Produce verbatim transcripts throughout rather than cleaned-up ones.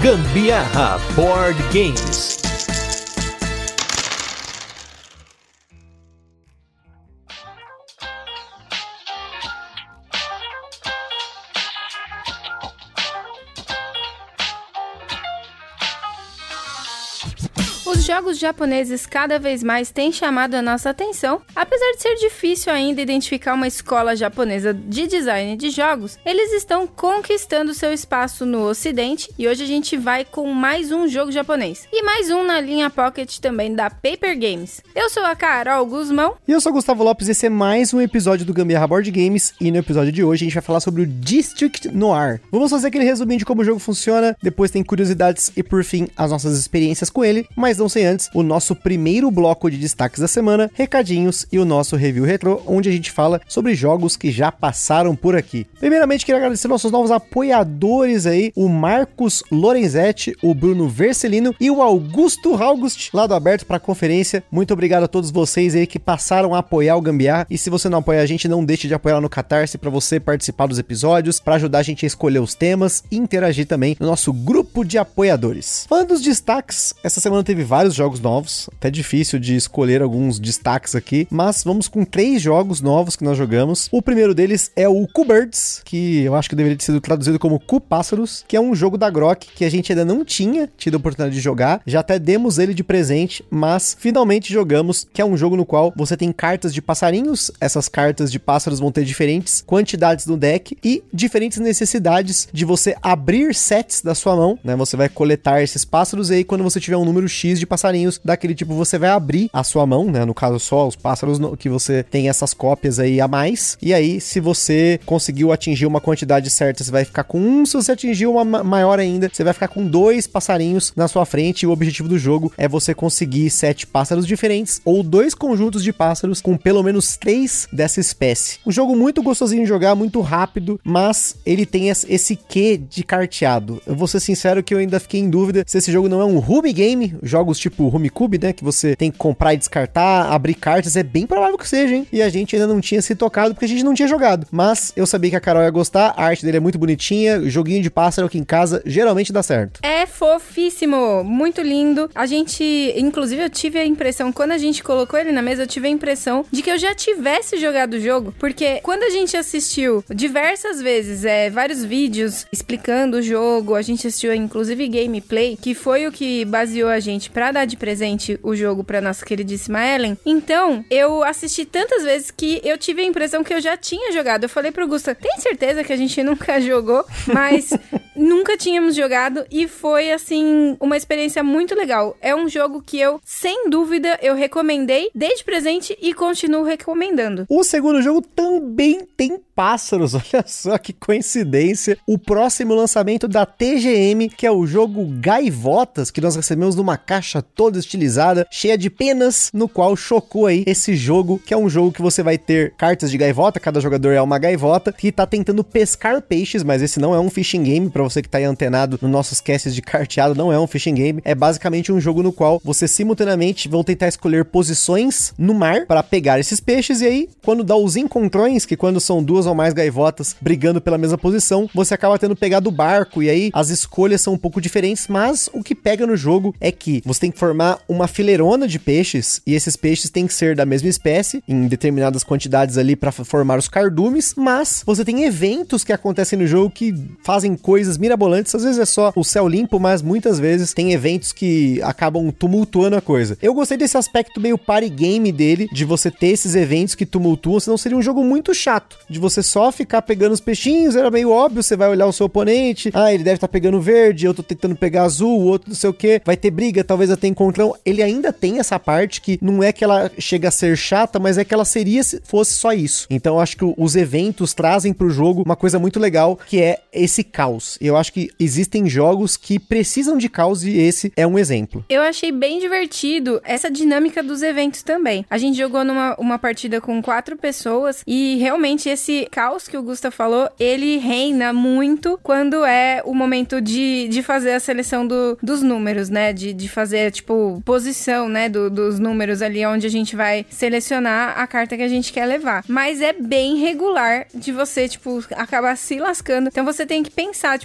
Gambiarra Board Games. Os jogos japoneses cada vez mais têm chamado a nossa atenção. Apesar de ser difícil ainda identificar uma escola japonesa de design de jogos, eles estão conquistando seu espaço no ocidente e hoje a gente vai com mais um jogo japonês. E mais um na linha Pocket também da Paper Games. Eu sou a Carol Guzmão. E eu sou o Gustavo Lopes e esse é mais um episódio do Gambiarra Board Games. E no episódio de hoje a gente vai falar sobre o District Noir. Vamos fazer aquele resuminho de como o jogo funciona, depois tem curiosidades e por fim as nossas experiências com ele, mas não sem antes o nosso primeiro bloco de destaques da semana, recadinhos e o nosso review retrô, onde a gente fala sobre jogos que já passaram por aqui. Primeiramente, queria agradecer nossos novos apoiadores aí, o Marcos Lorenzetti, o Bruno Vercelino e o Augusto August, lado aberto para a conferência. Muito obrigado a todos vocês aí que passaram a apoiar o Gambiarra, e se você não apoia a gente, não deixe de apoiar no Catarse para você participar dos episódios, para ajudar a gente a escolher os temas e interagir também no nosso grupo de apoiadores. Falando dos destaques, essa semana teve vários jogos novos, até difícil de escolher alguns destaques aqui, mas vamos com três jogos novos que nós jogamos. O primeiro deles é o Cubirds, que eu acho que deveria ter sido traduzido como Cupássaros, que é um jogo da Grok que a gente ainda não tinha tido a oportunidade de jogar, já até demos ele de presente, mas finalmente jogamos, que é um jogo no qual você tem cartas de passarinhos, essas cartas de pássaros vão ter diferentes quantidades no deck e diferentes necessidades de você abrir sets da sua mão, né? Você vai coletar esses pássaros e aí quando você tiver um número X de passarinhos daquele tipo, você vai abrir a sua mão, né? No caso, só os pássaros no, que você tem essas cópias aí a mais. E aí, se você conseguiu atingir uma quantidade certa, você vai ficar com um. Se você atingiu uma ma- maior ainda, você vai ficar com dois passarinhos na sua frente. E o objetivo do jogo é você conseguir sete pássaros diferentes ou dois conjuntos de pássaros com pelo menos três dessa espécie. Um jogo muito gostosinho de jogar, muito rápido, mas ele tem esse quê de carteado. Eu vou ser sincero que eu ainda fiquei em dúvida se esse jogo não é um Ruby Game, jogos tipo Rumicube, né, que você tem que comprar e descartar, abrir cartas, é bem provável que seja, hein? E a gente ainda não tinha se tocado porque a gente não tinha jogado. Mas eu sabia que a Carol ia gostar, a arte dele é muito bonitinha, o joguinho de pássaro aqui em casa geralmente dá certo. É fofíssimo, muito lindo. A gente, inclusive eu tive a impressão, quando a gente colocou ele na mesa, eu tive a impressão de que eu já tivesse jogado o jogo, porque quando a gente assistiu diversas vezes, é, vários vídeos explicando o jogo, a gente assistiu inclusive gameplay, que foi o que baseou a gente pra dar de presente o jogo pra nossa queridíssima Ellen. Então, eu assisti tantas vezes que eu tive a impressão que eu já tinha jogado. Eu falei pro Gusta, tem certeza que a gente nunca jogou? Mas nunca tínhamos jogado e foi, assim, uma experiência muito legal. É um jogo que eu, sem dúvida, eu recomendei desde presente e continuo recomendando. O segundo jogo também tem pássaros, olha só que coincidência. O próximo lançamento da T G M, que é o jogo Gaivotas, que nós recebemos numa caixa toda estilizada, cheia de penas, no qual chocou aí esse jogo, que é um jogo que você vai ter cartas de gaivota, cada jogador é uma gaivota, que tá tentando pescar peixes, mas esse não é um fishing game, pra você que tá aí antenado nos nossos casts de carteado, não é um fishing game, é basicamente um jogo no qual você simultaneamente vão tentar escolher posições no mar para pegar esses peixes, e aí, quando dá os encontrões, que quando são duas ou mais gaivotas brigando pela mesma posição, você acaba tendo pegado o barco, e aí as escolhas são um pouco diferentes, mas o que pega no jogo é que você tem que formar uma fileirona de peixes, e esses peixes têm que ser da mesma espécie, em determinadas quantidades ali para formar os cardumes, mas você tem eventos que acontecem no jogo que fazem coisas mirabolantes, às vezes é só o céu limpo, mas muitas vezes tem eventos que acabam tumultuando a coisa. Eu gostei desse aspecto meio party game dele, de você ter esses eventos que tumultuam, senão seria um jogo muito chato, de você só ficar pegando os peixinhos, era meio óbvio, você vai olhar o seu oponente, ah, ele deve estar tá pegando verde, eu tô tentando pegar azul, o outro não sei o que, vai ter briga, talvez até encontrão. Ele ainda tem essa parte que não é que ela chega a ser chata, mas é que ela seria se fosse só isso. Então eu acho que os eventos trazem pro jogo uma coisa muito legal, que é esse caos. Eu acho que existem jogos que precisam de caos e esse é um exemplo. Eu achei bem divertido essa dinâmica dos eventos também. A gente jogou numa uma partida com quatro pessoas e realmente esse caos que o Gusta falou, ele reina muito quando é o momento de, de fazer a seleção do, dos números, né? De, de fazer, tipo, posição, né? Do, dos números ali onde a gente vai selecionar a carta que a gente quer levar. Mas é bem regular de você, tipo, acabar se lascando. Então você tem que pensar, tipo,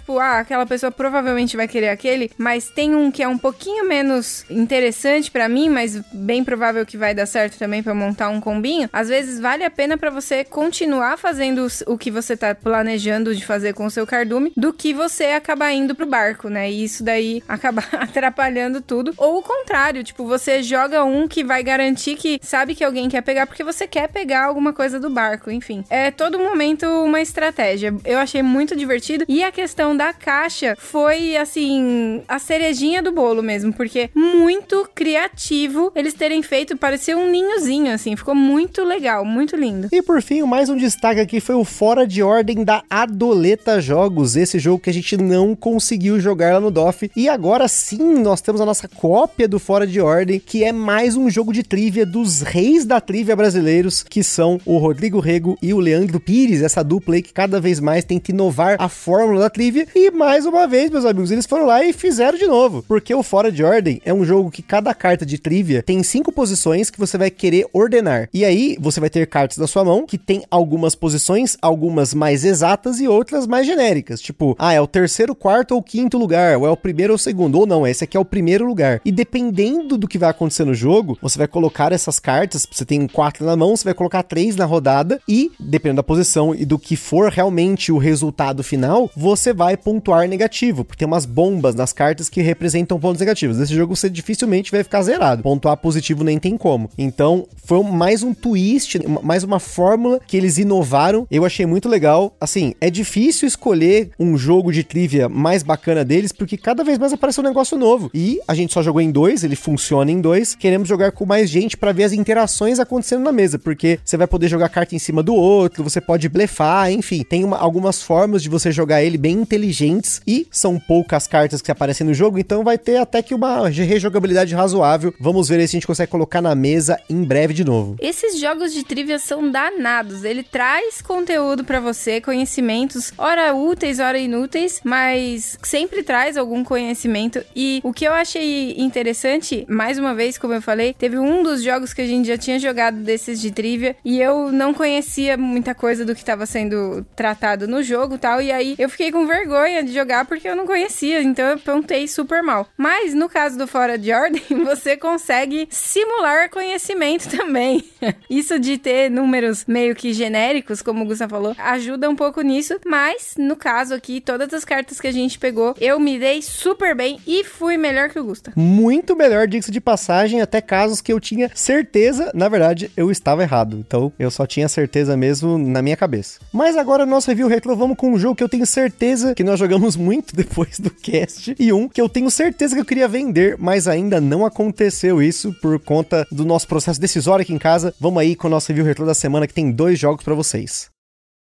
tipo, ah, aquela pessoa provavelmente vai querer aquele, mas tem um que é um pouquinho menos interessante pra mim, mas bem provável que vai dar certo também pra montar um combinho, às vezes vale a pena pra você continuar fazendo o que você tá planejando de fazer com o seu cardume, do que você acabar indo pro barco, né? E isso daí acaba atrapalhando tudo. Ou o contrário, tipo, você joga um que vai garantir que sabe que alguém quer pegar porque você quer pegar alguma coisa do barco, enfim. É todo momento uma estratégia. Eu achei muito divertido. E a questão da caixa foi, assim, a cerejinha do bolo mesmo, porque muito criativo eles terem feito, parecia um ninhozinho, assim, ficou muito legal, muito lindo. E por fim, mais um destaque aqui foi o Fora de Ordem da Adoleta Jogos, esse jogo que a gente não conseguiu jogar lá no D O F, e agora sim, nós temos a nossa cópia do Fora de Ordem, que é mais um jogo de trivia dos reis da trivia brasileiros, que são o Rodrigo Rego e o Leandro Pires, essa dupla aí que cada vez mais tenta inovar a fórmula da trivia, e mais uma vez, meus amigos, eles foram lá e fizeram de novo, porque o Fora de Ordem é um jogo que cada carta de trivia tem cinco posições que você vai querer ordenar, e aí você vai ter cartas na sua mão que tem algumas posições, algumas mais exatas e outras mais genéricas, tipo, ah, é o terceiro, quarto ou quinto lugar, ou é o primeiro ou segundo, ou não, esse aqui é o primeiro lugar, e dependendo do que vai acontecer no jogo, você vai colocar essas cartas, você tem quatro na mão, você vai colocar três na rodada, e dependendo da posição e do que for realmente o resultado final, você vai pontuar negativo, porque tem umas bombas nas cartas que representam pontos negativos. Nesse jogo você dificilmente vai ficar zerado, pontuar positivo nem tem como. Então, foi mais um twist, mais uma fórmula que eles inovaram, eu achei muito legal. Assim, é difícil escolher um jogo de trivia mais bacana deles, porque cada vez mais aparece um negócio novo, e a gente só jogou em dois, ele funciona em dois, queremos jogar com mais gente pra ver as interações acontecendo na mesa, porque você vai poder jogar carta em cima do outro, você pode blefar, enfim, tem uma, algumas formas de você jogar ele bem inteligentes, e são poucas cartas que aparecem no jogo, então vai ter até que uma rejogabilidade razoável. Vamos ver se a gente consegue colocar na mesa em breve de novo. Esses jogos de trivia são danados, ele traz conteúdo pra você, conhecimentos, ora úteis, ora inúteis, mas sempre traz algum conhecimento. E o que eu achei interessante, mais uma vez, como eu falei, teve um dos jogos que a gente já tinha jogado desses de trivia, e eu não conhecia muita coisa do que estava sendo tratado no jogo e tal, e aí eu fiquei com vergonha de jogar porque eu não conhecia, então eu pontei super mal. Mas no caso do Fora de Ordem, você consegue simular conhecimento também. Isso de ter números meio que genéricos, como o Gusta falou, ajuda um pouco nisso, mas no caso aqui, todas as cartas que a gente pegou, eu me dei super bem e fui melhor que o Gusta. Muito melhor, diga-se de passagem, até casos que eu tinha certeza, na verdade, eu estava errado. Então, eu só tinha certeza mesmo na minha cabeça. Mas agora, no nosso review retro, vamos com um jogo que eu tenho certeza que nós jogamos muito depois do cast, e um que eu tenho certeza que eu queria vender, mas ainda não aconteceu isso por conta do nosso processo decisório aqui em casa. Vamos aí com o nosso review retro da semana, que tem dois jogos pra vocês.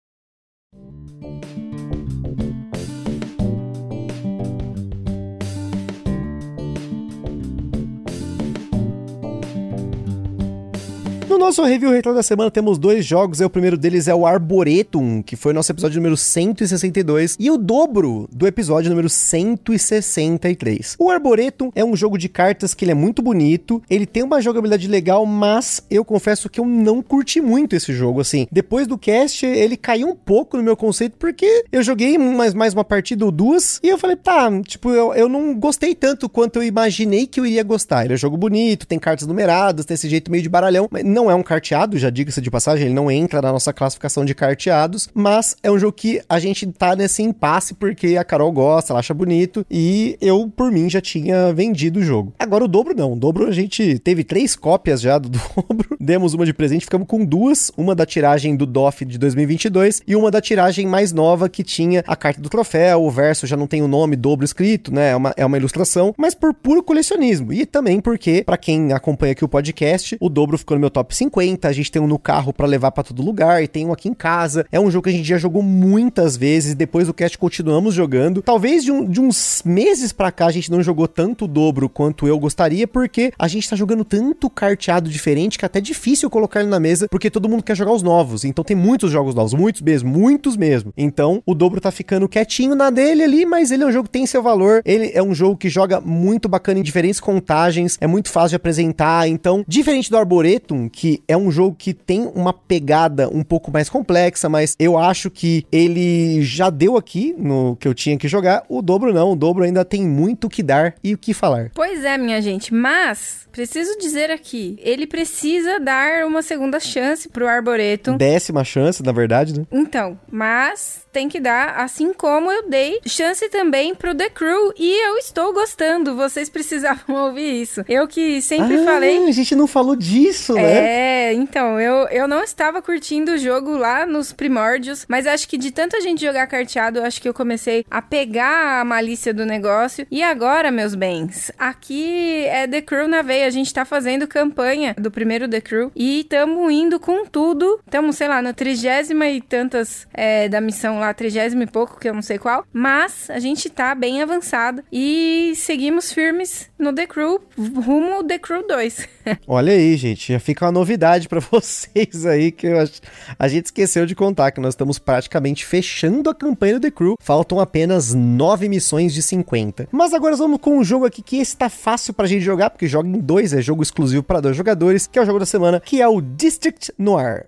No nosso review retro da semana temos dois jogos, e o primeiro deles é o Arboretum, que foi o nosso episódio número cento e sessenta e dois, e o dobro do episódio número cento e sessenta e três. O Arboretum é um jogo de cartas que ele é muito bonito, ele tem uma jogabilidade legal, mas eu confesso que eu não curti muito esse jogo, assim. Depois do cast, ele caiu um pouco no meu conceito, porque eu joguei mais, mais uma partida ou duas, e eu falei, tá, tipo, eu, eu não gostei tanto quanto eu imaginei que eu iria gostar. Ele é um jogo bonito, tem cartas numeradas, tem esse jeito meio de baralhão, mas não é um carteado, já diga-se de passagem, ele não entra na nossa classificação de carteados, mas é um jogo que a gente tá nesse impasse porque a Carol gosta, ela acha bonito, e eu, por mim, já tinha vendido o jogo. Agora o dobro não, o dobro a gente teve três cópias já do dobro, demos uma de presente, ficamos com duas, uma da tiragem do D O F de dois mil e vinte e dois e uma da tiragem mais nova que tinha a carta do troféu, o verso já não tem o nome dobro escrito, né, é uma, é uma ilustração, mas por puro colecionismo, e também porque, pra quem acompanha aqui o podcast, o dobro ficou no meu top cinquenta, a gente tem um no carro pra levar pra todo lugar, e tem um aqui em casa. É um jogo que a gente já jogou muitas vezes, depois do cast continuamos jogando. Talvez de, um, de uns meses pra cá a gente não jogou tanto o dobro quanto eu gostaria, porque a gente tá jogando tanto carteado diferente que é até difícil colocar ele na mesa, porque todo mundo quer jogar os novos. Então tem muitos jogos novos, muitos mesmo, muitos mesmo. Então o dobro tá ficando quietinho na dele ali, mas ele é um jogo que tem seu valor. Ele é um jogo que joga muito bacana em diferentes contagens, é muito fácil de apresentar. Então, diferente do Arboretum, que que é um jogo que tem uma pegada um pouco mais complexa, mas eu acho que ele já deu aqui no que eu tinha que jogar. O Dobro não, o Dobro ainda tem muito o que dar e o que falar. Pois é, minha gente, mas preciso dizer aqui, ele precisa dar uma segunda chance pro Arboretum. Décima chance, na verdade, né? Então, mas tem que dar, assim como eu dei chance também pro The Crew, e eu estou gostando, vocês precisavam ouvir isso. Eu que sempre ah, falei... a gente não falou disso, né? É, então, eu, eu não estava curtindo o jogo lá nos primórdios, mas acho que de tanta gente jogar carteado, acho que eu comecei a pegar a malícia do negócio, e agora, meus bens, aqui é The Crew na veia, a gente tá fazendo campanha do primeiro The Crew, e tamo indo com tudo, tamo, sei lá, na trigésima e tantas é, da missão lá, trigésima e pouco, que eu não sei qual, mas a gente tá bem avançado e seguimos firmes no The Crew, rumo ao The Crew dois. Olha aí, gente, já fica uma novidade pra vocês aí, que eu acho, a gente esqueceu de contar, que nós estamos praticamente fechando a campanha do The Crew, faltam apenas nove missões de cinquenta. Mas agora nós vamos com um jogo aqui que esse tá fácil pra gente jogar, porque joga em dois, é jogo exclusivo para dois jogadores, que é o jogo da semana, que é o District Noir.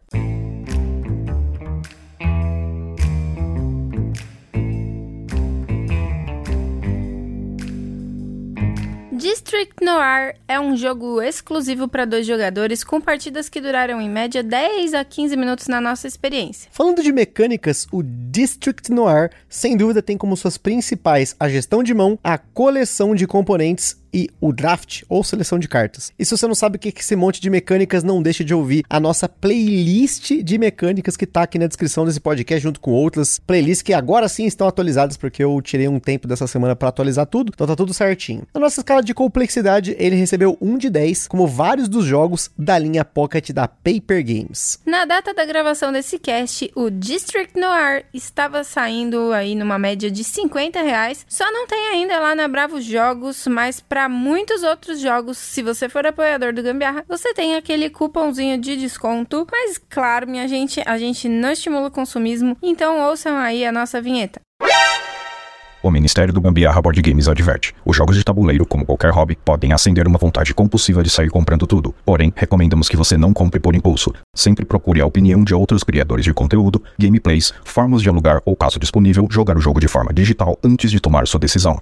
District Noir é um jogo exclusivo para dois jogadores, com partidas que duraram em média dez a quinze minutos na nossa experiência. Falando de mecânicas, o District Noir, sem dúvida, tem como suas principais a gestão de mão, a coleção de componentes e o draft, ou seleção de cartas. E se você não sabe o que é esse monte de mecânicas, não deixe de ouvir a nossa playlist de mecânicas que tá aqui na descrição desse podcast, junto com outras playlists que agora sim estão atualizadas, porque eu tirei um tempo dessa semana para atualizar tudo, então tá tudo certinho. Na nossa escala de complexidade, ele recebeu um de dez, como vários dos jogos da linha Pocket da Paper Games. Na data da gravação desse cast, o District Noir estava saindo aí numa média de cinquenta reais, só não tem ainda lá na Bravo Jogos, mas para muitos outros jogos, se você for apoiador do Gambiarra, você tem aquele cupomzinho de desconto, mas claro, minha gente, a gente não estimula o consumismo, então ouçam aí a nossa vinheta. O Ministério do Gambiarra Board Games adverte: os jogos de tabuleiro, como qualquer hobby, podem acender uma vontade compulsiva de sair comprando tudo. Porém, recomendamos que você não compre por impulso. Sempre procure a opinião de outros criadores de conteúdo, gameplays, formas de alugar ou, caso disponível, jogar o jogo de forma digital antes de tomar sua decisão.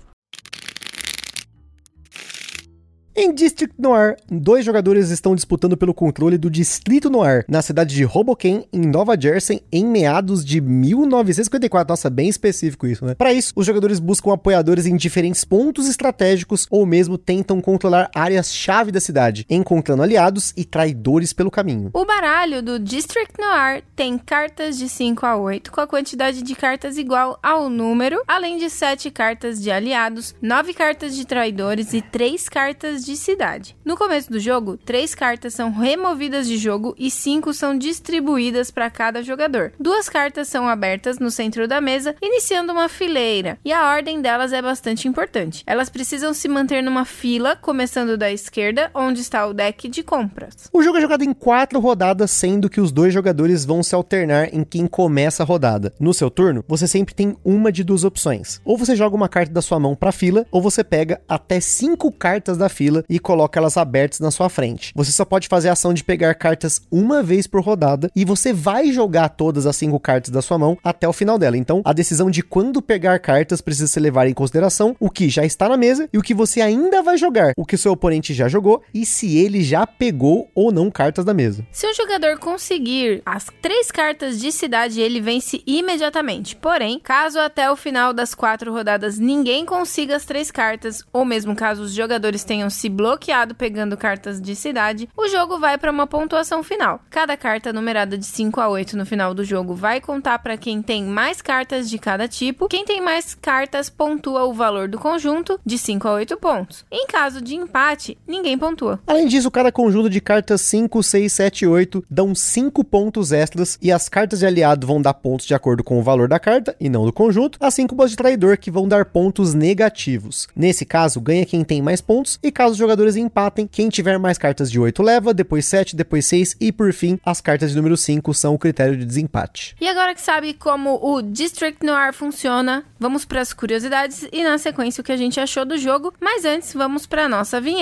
Em District Noir, dois jogadores estão disputando pelo controle do Distrito Noir, na cidade de Hoboken, em Nova Jersey, em meados de mil novecentos e cinquenta e quatro. Nossa, bem específico isso, né? Para isso, os jogadores buscam apoiadores em diferentes pontos estratégicos ou mesmo tentam controlar áreas-chave da cidade, encontrando aliados e traidores pelo caminho. O baralho do District Noir tem cartas de cinco a oito, com a quantidade de cartas igual ao número, além de sete cartas de aliados, nove cartas de traidores e três cartas de de cidade. No começo do jogo, três cartas são removidas de jogo e cinco são distribuídas para cada jogador. Duas cartas são abertas no centro da mesa, iniciando uma fileira, e a ordem delas é bastante importante. Elas precisam se manter numa fila, começando da esquerda, onde está o deck de compras. O jogo é jogado em quatro rodadas, sendo que os dois jogadores vão se alternar em quem começa a rodada. No seu turno, você sempre tem uma de duas opções. Ou você joga uma carta da sua mão para a fila, ou você pega até cinco cartas da fila e coloca elas abertas na sua frente. Você só pode fazer a ação de pegar cartas uma vez por rodada e você vai jogar todas as cinco cartas da sua mão até o final dela. Então, a decisão de quando pegar cartas precisa ser levada em consideração o que já está na mesa e o que você ainda vai jogar, o que o seu oponente já jogou e se ele já pegou ou não cartas da mesa. Se o jogador conseguir as três cartas de cidade, ele vence imediatamente. Porém, caso até o final das quatro rodadas ninguém consiga as três cartas, ou mesmo caso os jogadores tenham se bloqueado pegando cartas de cidade, o jogo vai para uma pontuação final. Cada carta numerada de cinco a oito no final do jogo vai contar para quem tem mais cartas de cada tipo. Quem tem mais cartas pontua o valor do conjunto de cinco a oito pontos. Em caso de empate, ninguém pontua. Além disso, cada conjunto de cartas cinco, seis, sete e oito dão cinco pontos extras e as cartas de aliado vão dar pontos de acordo com o valor da carta e não do conjunto, assim como as de traidor que vão dar pontos negativos. Nesse caso, ganha quem tem mais pontos e caso os jogadores empatem, quem tiver mais cartas de oito leva, depois sete, depois seis e por fim, as cartas de número cinco são o critério de desempate. E agora que sabe como o District Noir funciona, vamos para as curiosidades e na sequência o que a gente achou do jogo, mas antes vamos para a nossa vinheta.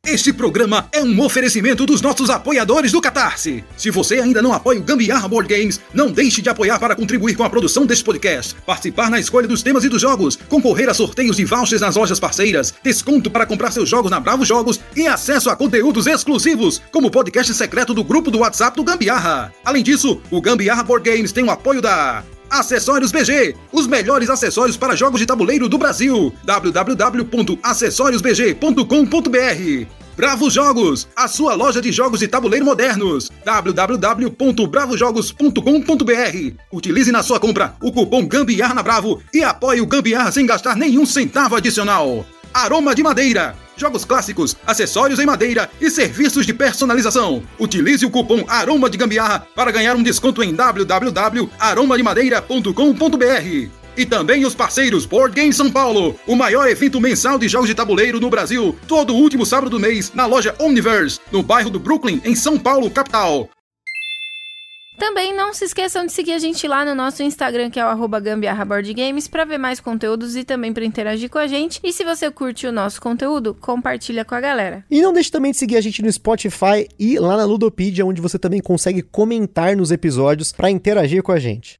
Este programa é um oferecimento dos nossos apoiadores do Catarse. Se você ainda não apoia o Gambiarra Board Games, não deixe de apoiar para contribuir com a produção deste podcast, participar na escolha dos temas e dos jogos, concorrer a sorteios e vouchers nas lojas parceiras, desconto para comprar seus jogos na Bravo Jogos e acesso a conteúdos exclusivos, como o podcast secreto do grupo do WhatsApp do Gambiarra. Além disso, o Gambiarra Board Games tem o apoio da Acessórios B G, os melhores acessórios para jogos de tabuleiro do Brasil. w w w ponto acessórios b g ponto com ponto b r. Bravo Jogos, a sua loja de jogos de tabuleiro modernos. w w w ponto bravo jogos ponto com ponto b r. Utilize na sua compra o cupom Gambiarra na Bravo e apoie o Gambiarra sem gastar nenhum centavo adicional. Aroma de Madeira, jogos clássicos, acessórios em madeira e serviços de personalização. Utilize o cupom Aroma de Gambiarra para ganhar um desconto em w w w ponto aroma de madeira ponto com ponto b r. E também os parceiros Board Game São Paulo, o maior evento mensal de jogos de tabuleiro no Brasil, todo último sábado do mês na loja Omniverse, no bairro do Brooklyn, em São Paulo, capital. Também não se esqueçam de seguir a gente lá no nosso Instagram, que é o arroba Gambiarra Board Games, para ver mais conteúdos e também para interagir com a gente. E se você curte o nosso conteúdo, compartilha com a galera. E não deixe também de seguir a gente no Spotify e lá na Ludopedia, onde você também consegue comentar nos episódios para interagir com a gente.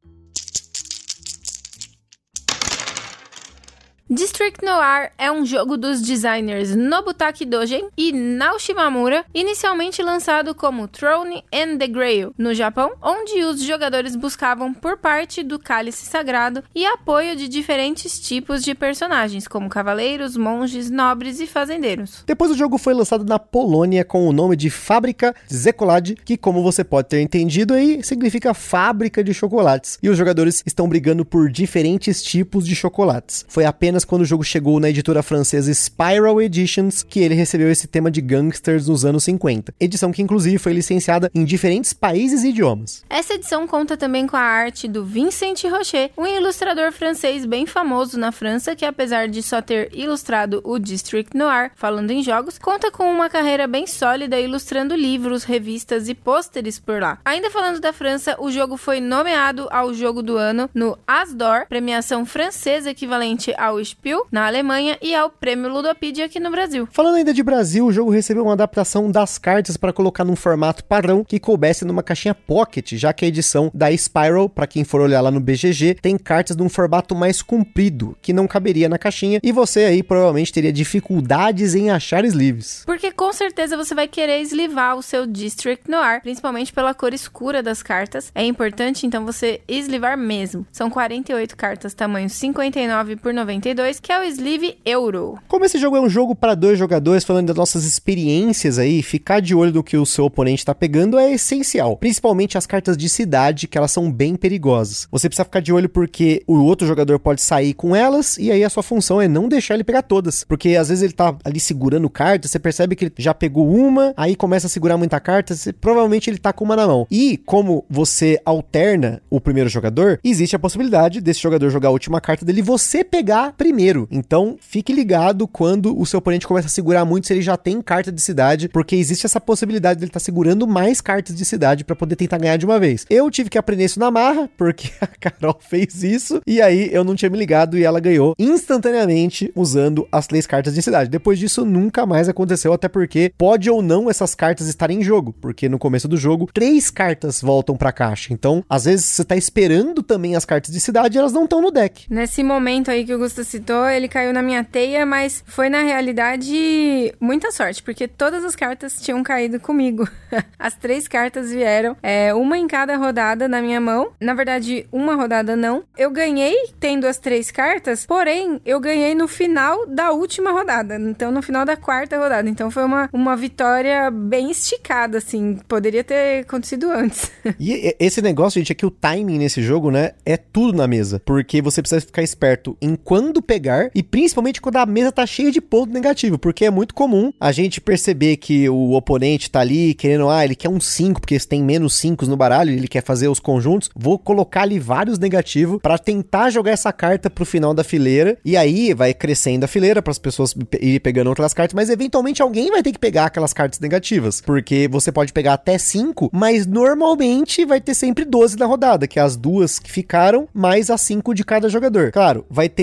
District Noir é um jogo dos designers Nobutaki Dogen e Nao Shimamura, inicialmente lançado como Throne and the Grail no Japão, onde os jogadores buscavam por parte do cálice sagrado e apoio de diferentes tipos de personagens, como cavaleiros, monges, nobres e fazendeiros. Depois o jogo foi lançado na Polônia com o nome de Fábrica Czekolady, que, como você pode ter entendido aí, significa fábrica de chocolates. E os jogadores estão brigando por diferentes tipos de chocolates. Foi apenas quando o jogo chegou na editora francesa Spiral Editions que ele recebeu esse tema de gangsters nos anos cinquenta. Edição que inclusive foi licenciada em diferentes países e idiomas. Essa edição conta também com a arte do Vincent Rocher, um ilustrador francês bem famoso na França, que apesar de só ter ilustrado o District Noir, falando em jogos, conta com uma carreira bem sólida ilustrando livros, revistas e pôsteres por lá. Ainda falando da França, o jogo foi nomeado ao Jogo do Ano no As d'Or, premiação francesa equivalente ao Spiel, na Alemanha, e ao Prêmio Ludopedia aqui no Brasil. Falando ainda de Brasil, o jogo recebeu uma adaptação das cartas para colocar num formato padrão que coubesse numa caixinha pocket, já que a edição da Spiral, para quem for olhar lá no B G G, tem cartas num formato mais comprido, que não caberia na caixinha, e você aí provavelmente teria dificuldades em achar sleeves. Porque com certeza você vai querer eslivar o seu District Noir, principalmente pela cor escura das cartas. É importante então você eslivar mesmo. São quarenta e oito cartas tamanho cinquenta e nove por noventa e dois, que é o Sleeve Euro. Como esse jogo é um jogo para dois jogadores, falando das nossas experiências aí, ficar de olho no que o seu oponente tá pegando é essencial. Principalmente as cartas de cidade, que elas são bem perigosas. Você precisa ficar de olho porque o outro jogador pode sair com elas, e aí a sua função é não deixar ele pegar todas. Porque às vezes ele tá ali segurando cartas, você percebe que ele já pegou uma, aí começa a segurar muita carta, você, provavelmente ele tá com uma na mão. E como você alterna o primeiro jogador, existe a possibilidade desse jogador jogar a última carta dele e você pegar primeiro. Então, fique ligado quando o seu oponente começa a segurar muito, se ele já tem carta de cidade, porque existe essa possibilidade dele estar tá segurando mais cartas de cidade para poder tentar ganhar de uma vez. Eu tive que aprender isso na marra, porque a Carol fez isso, e aí eu não tinha me ligado e ela ganhou instantaneamente usando as três cartas de cidade. Depois disso, nunca mais aconteceu, até porque pode ou não essas cartas estarem em jogo, porque no começo do jogo, três cartas voltam pra caixa. Então, às vezes, você tá esperando também as cartas de cidade e elas não estão no deck. Nesse momento aí que o Gusto citou, ele caiu na minha teia, mas foi na realidade muita sorte, porque todas as cartas tinham caído comigo. As três cartas vieram, é, uma em cada rodada na minha mão. Na verdade, uma rodada não. Eu ganhei tendo as três cartas, porém, eu ganhei no final da última rodada. Então, no final da quarta rodada. Então, foi uma, uma vitória bem esticada, assim. Poderia ter acontecido antes. E esse negócio, gente, é que o timing nesse jogo, né, é tudo na mesa. Porque você precisa ficar esperto em quando pegar e principalmente quando a mesa tá cheia de ponto negativo, porque é muito comum a gente perceber que o oponente tá ali querendo, ah, ele quer um cinco, porque tem menos cinco no baralho, ele quer fazer os conjuntos, vou colocar ali vários negativos pra tentar jogar essa carta pro final da fileira, e aí vai crescendo a fileira para as pessoas irem pegando outras cartas, mas eventualmente alguém vai ter que pegar aquelas cartas negativas, porque você pode pegar até cinco, mas normalmente vai ter sempre doze na rodada, que é as duas que ficaram, mais as cinco de cada jogador. Claro, vai ter mais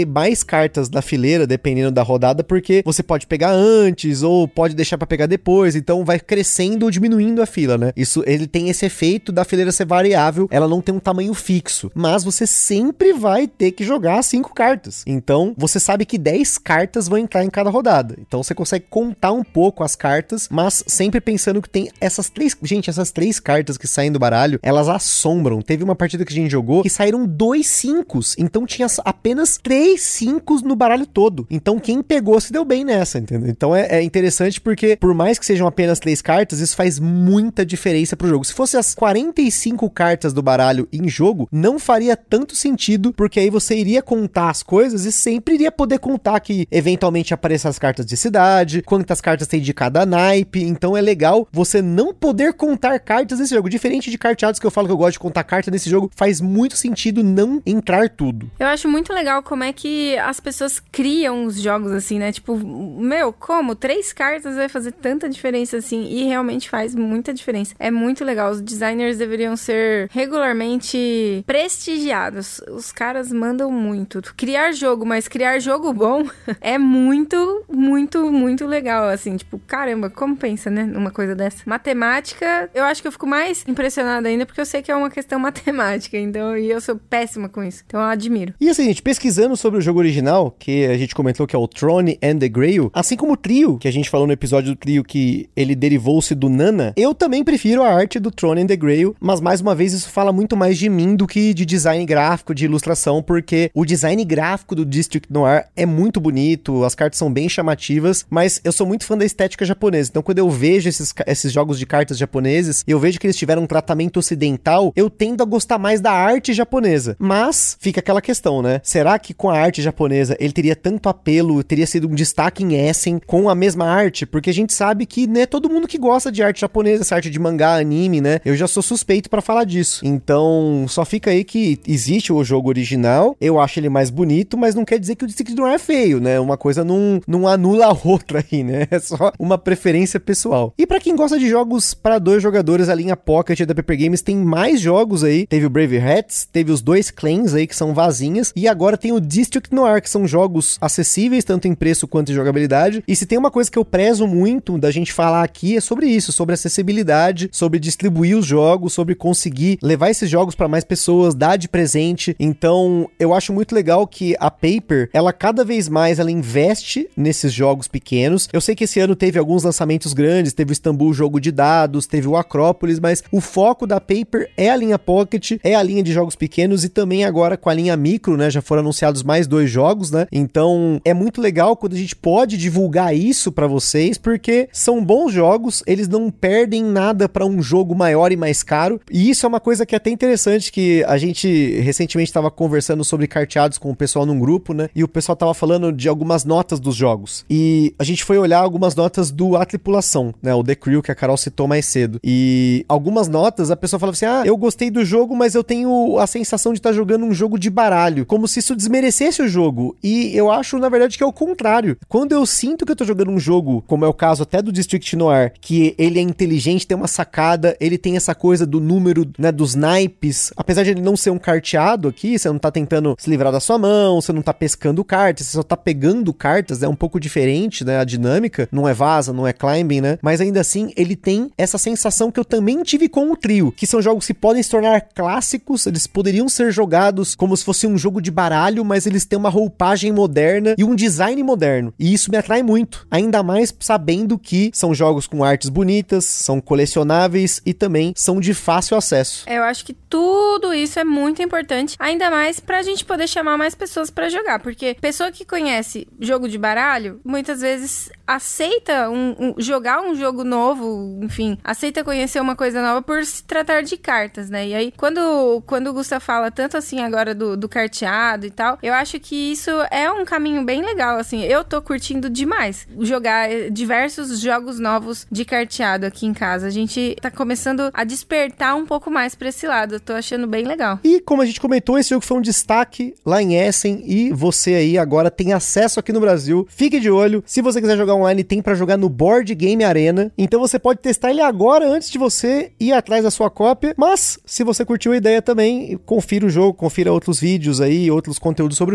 cartas na fileira, dependendo da rodada, porque você pode pegar antes ou pode deixar pra pegar depois, então vai crescendo ou diminuindo a fila, né? Isso, ele tem esse efeito da fileira ser variável, ela não tem um tamanho fixo, mas você sempre vai ter que jogar cinco cartas. Então, você sabe que dez cartas vão entrar em cada rodada. Então, você consegue contar um pouco as cartas, mas sempre pensando que tem essas três... Gente, essas três cartas que saem do baralho, elas assombram. Teve uma partida que a gente jogou que saíram dois cincos, então tinha apenas três cincos no baralho todo. Então, quem pegou se deu bem nessa, entendeu? Então, é, é interessante porque, por mais que sejam apenas três cartas, isso faz muita diferença pro jogo. Se fosse as quarenta e cinco cartas do baralho em jogo, não faria tanto sentido, porque aí você iria contar as coisas e sempre iria poder contar que eventualmente apareçam as cartas de cidade, quantas cartas tem de cada naipe. Então é legal você não poder contar cartas nesse jogo. Diferente de carteados que eu falo que eu gosto de contar carta nesse jogo, faz muito sentido não entrar tudo. Eu acho muito legal como é que as pessoas criam os jogos assim, né? Tipo, meu, como? Três cartas vai fazer tanta diferença assim? E realmente faz muita diferença. É muito legal. Os designers deveriam ser regularmente prestigiados. Os caras mandam muito. Criar jogo, mas criar jogo bom é muito, muito, muito legal, assim. Tipo, caramba, como pensa, né? Numa coisa dessa. Matemática, eu acho que eu fico mais impressionada ainda porque eu sei que é uma questão matemática, então, e eu sou péssima com isso. Então eu admiro. E assim, gente, pesquisando sobre o jogo original, que a gente comentou que é o Throne and the Grail, assim como o Trio, que a gente falou no episódio do Trio que ele derivou-se do Nana, eu também prefiro a arte do Throne and the Grail, mas mais uma vez isso fala muito mais de mim do que de design gráfico, de ilustração, porque o design gráfico do District Noir é muito bonito, as cartas são bem chamativas, mas eu sou muito fã da estética japonesa, então quando eu vejo esses, esses jogos de cartas japoneses, eu vejo que eles tiveram um tratamento ocidental, eu tendo a gostar mais da arte japonesa, mas fica aquela questão, né? Será que com a arte japonesa ele teria tanto apelo, teria sido um destaque em Essen com a mesma arte? Porque a gente sabe que não é todo mundo que gosta de arte japonesa, essa arte de mangá, anime, né? Eu já sou suspeito pra falar disso. Então, só fica aí que existe o jogo original, eu acho ele mais bonito, mas não quer dizer que o District Noir é feio, né? Uma coisa não, não anula a outra aí, né? É só uma preferência pessoal. E pra quem gosta de jogos para dois jogadores, a linha Pocket da Paper Games tem mais jogos aí. Teve o Brave Hats, teve os dois Clans aí, que são vazinhas, e agora tem o District Noir, que são jogos acessíveis, tanto em preço quanto em jogabilidade. E se tem uma coisa que eu prezo muito da gente falar aqui, é sobre isso, sobre acessibilidade, sobre distribuir os jogos, sobre conseguir levar esses jogos para mais pessoas, dar de presente. Então, eu acho muito legal que a Paper, ela cada vez mais, ela investe nesses jogos pequenos. Eu sei que esse ano teve alguns lançamentos grandes, teve o Istanbul Jogo de Dados, teve o Acrópolis, mas o foco da Paper é a linha Pocket, é a linha de jogos pequenos e também agora com a linha Micro, né? Já foram anunciados mais dois jogos, né? Então, é muito legal quando a gente pode divulgar isso pra vocês, porque são bons jogos, eles não perdem nada pra um jogo maior e mais caro, e isso é uma coisa que é até interessante, que a gente recentemente estava conversando sobre carteados com o pessoal num grupo, né? E o pessoal tava falando de algumas notas dos jogos, e a gente foi olhar algumas notas do A Tripulação, né? O The Crew, que a Carol citou mais cedo, e algumas notas, a pessoa falava assim, ah, eu gostei do jogo, mas eu tenho a sensação de estar jogando um jogo de baralho, como se isso desmerecesse o jogo, e eu acho, na verdade, que é o contrário. Quando eu sinto que eu tô jogando um jogo, como é o caso até do District Noir, que ele é inteligente, tem uma sacada, ele tem essa coisa do número, né, dos naipes, apesar de ele não ser um carteado aqui, você não tá tentando se livrar da sua mão, você não tá pescando cartas, você só tá pegando cartas, é um pouco diferente, né, a dinâmica, não é vaza, não é climbing, né, mas ainda assim, ele tem essa sensação que eu também tive com o Trio, que são jogos que podem se tornar clássicos, eles poderiam ser jogados como se fosse um jogo de baralho, mas eles têm uma roupagem moderna e um design moderno, e isso me atrai muito, ainda mais sabendo que são jogos com artes bonitas, são colecionáveis e também são de fácil acesso. Eu acho que tudo isso é muito importante, ainda mais pra gente poder chamar mais pessoas pra jogar, porque pessoa que conhece jogo de baralho, muitas vezes aceita um, um, jogar um jogo novo, enfim, aceita conhecer uma coisa nova por se tratar de cartas, né? E aí, quando, quando o Gusta fala tanto assim agora do, do carteado e tal, eu acho que isso é um caminho bem legal, assim, eu tô curtindo demais jogar diversos jogos novos de carteado aqui em casa. A gente tá começando a despertar um pouco mais pra esse lado, eu tô achando bem legal. E como a gente comentou, esse jogo foi um destaque lá em Essen e você aí agora tem acesso aqui no Brasil. Fique de olho, se você quiser jogar online, tem pra jogar no Board Game Arena, então você pode testar ele agora antes de você ir atrás da sua cópia, mas se você curtiu a ideia também, confira o jogo, confira outros vídeos aí, outros conteúdos sobre o jogo,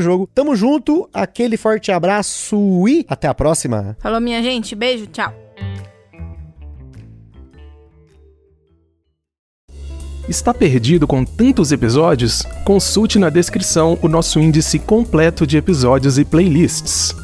Tamo junto, aquele forte abraço e até a próxima. Falou, minha gente. Beijo, tchau. Está perdido com tantos episódios? Consulte na descrição o nosso índice completo de episódios e playlists.